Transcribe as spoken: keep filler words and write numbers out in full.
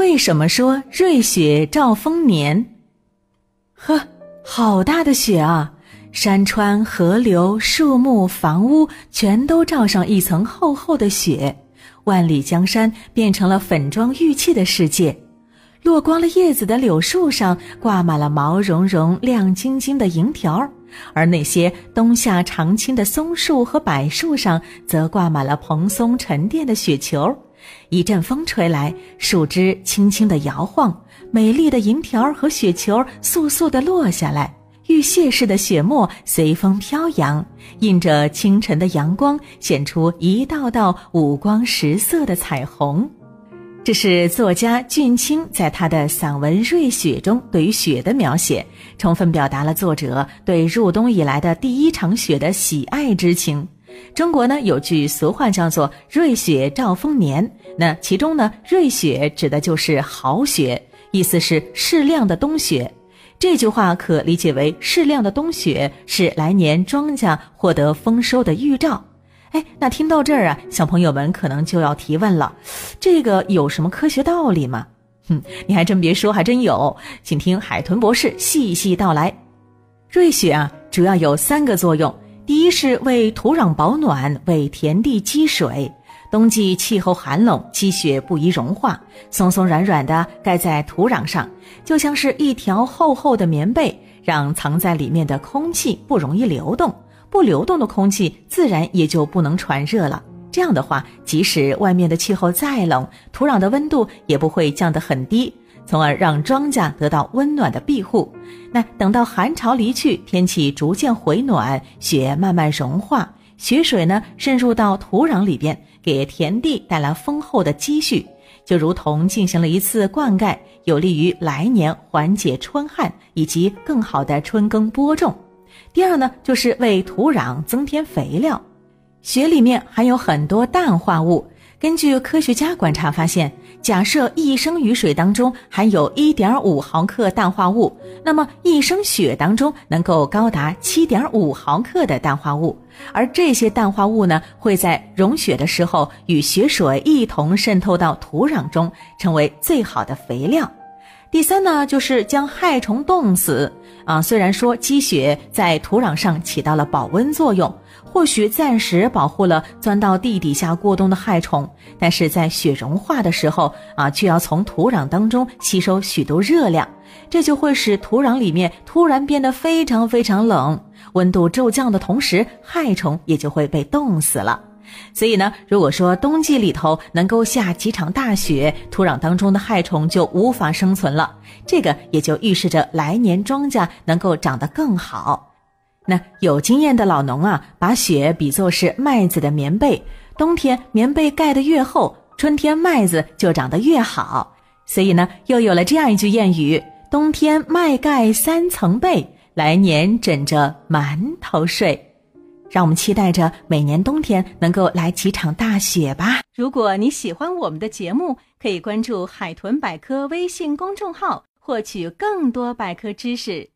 为什么说瑞雪兆丰年？呵，好大的雪啊！山川、河流、树木、房屋全都罩上一层厚厚的雪，万里江山变成了粉妆玉砌的世界。落光了叶子的柳树上挂满了毛茸茸、亮晶晶的银条，而那些冬夏常青的松树和柏树上则挂满了蓬松沉淀的雪球。一阵风吹来，树枝轻轻地摇晃，美丽的银条和雪球簌簌地落下来，玉屑似的雪沫随风飘扬，映着清晨的阳光，显出一道道五光十色的彩虹。这是作家俊卿在他的散文《瑞雪》中对于雪的描写，充分表达了作者对入冬以来的第一场雪的喜爱之情。中国呢有句俗话叫做瑞雪兆丰年，那其中呢瑞雪指的就是好雪，意思是适量的冬雪。这句话可理解为适量的冬雪是来年庄稼获得丰收的预兆。哎，那听到这儿啊，小朋友们可能就要提问了，这个有什么科学道理吗？哼，你还真别说，还真有，请听海豚博士细细道来。瑞雪啊，主要有三个作用。第一是为土壤保暖，为田地积水。冬季气候寒冷，积雪不宜融化，松松软软的盖在土壤上，就像是一条厚厚的棉被，让藏在里面的空气不容易流动。不流动的空气自然也就不能传热了。这样的话，即使外面的气候再冷，土壤的温度也不会降得很低，从而让庄稼得到温暖的庇护。那等到寒潮离去，天气逐渐回暖，雪慢慢融化，雪水呢渗入到土壤里边，给田地带来丰厚的积蓄，就如同进行了一次灌溉，有利于来年缓解春旱以及更好的春耕播种。第二呢，就是为土壤增添肥料。雪里面含有很多氮化物，根据科学家观察发现，假设一升雨水当中含有 一点五毫克氮化物，那么一升雪当中能够高达 七点五毫克的氮化物，而这些氮化物呢，会在融雪的时候与雪水一同渗透到土壤中，成为最好的肥料。第三呢，就是将害虫冻死啊。虽然说积雪在土壤上起到了保温作用，或许暂时保护了钻到地底下过冬的害虫，但是在雪融化的时候啊，却要从土壤当中吸收许多热量，这就会使土壤里面突然变得非常非常冷，温度骤降的同时，害虫也就会被冻死了。所以呢，如果说冬季里头能够下几场大雪，土壤当中的害虫就无法生存了，这个也就预示着来年庄稼能够长得更好。那有经验的老农啊，把雪比作是麦子的棉被，冬天棉被盖得越厚，春天麦子就长得越好。所以呢，又有了这样一句谚语，冬天麦盖三层被，来年枕着馒头睡。让我们期待着每年冬天能够来几场大雪吧。如果你喜欢我们的节目，可以关注海豚百科微信公众号，获取更多百科知识。